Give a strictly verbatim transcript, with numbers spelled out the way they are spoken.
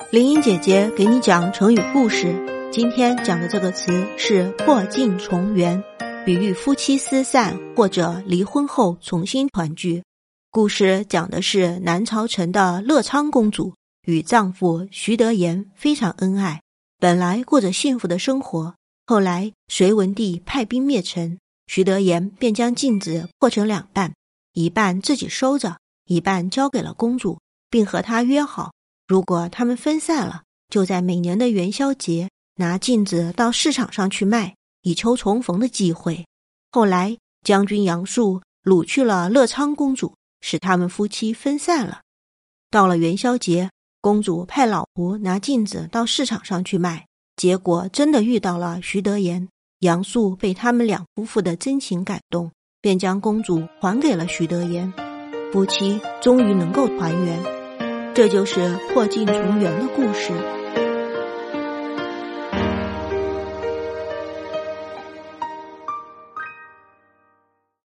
林英姐姐给你讲成语故事，今天讲的这个词是破镜重圆，比喻夫妻失散或者离婚后重新团聚。故事讲的是南朝陈的乐昌公主与丈夫徐德言非常恩爱，本来过着幸福的生活，后来隋文帝派兵灭陈，徐德言便将镜子破成两半，一半自己收着，一半交给了公主，并和她约好，如果他们分散了，就在每年的元宵节拿镜子到市场上去卖，以求重逢的机会。后来将军杨素掳去了乐昌公主，使他们夫妻分散了。到了元宵节，公主派老仆拿镜子到市场上去卖，结果真的遇到了徐德言。杨素被他们两夫妇的真情感动，便将公主还给了徐德言，夫妻终于能够团圆。这就是破镜重圆的故事。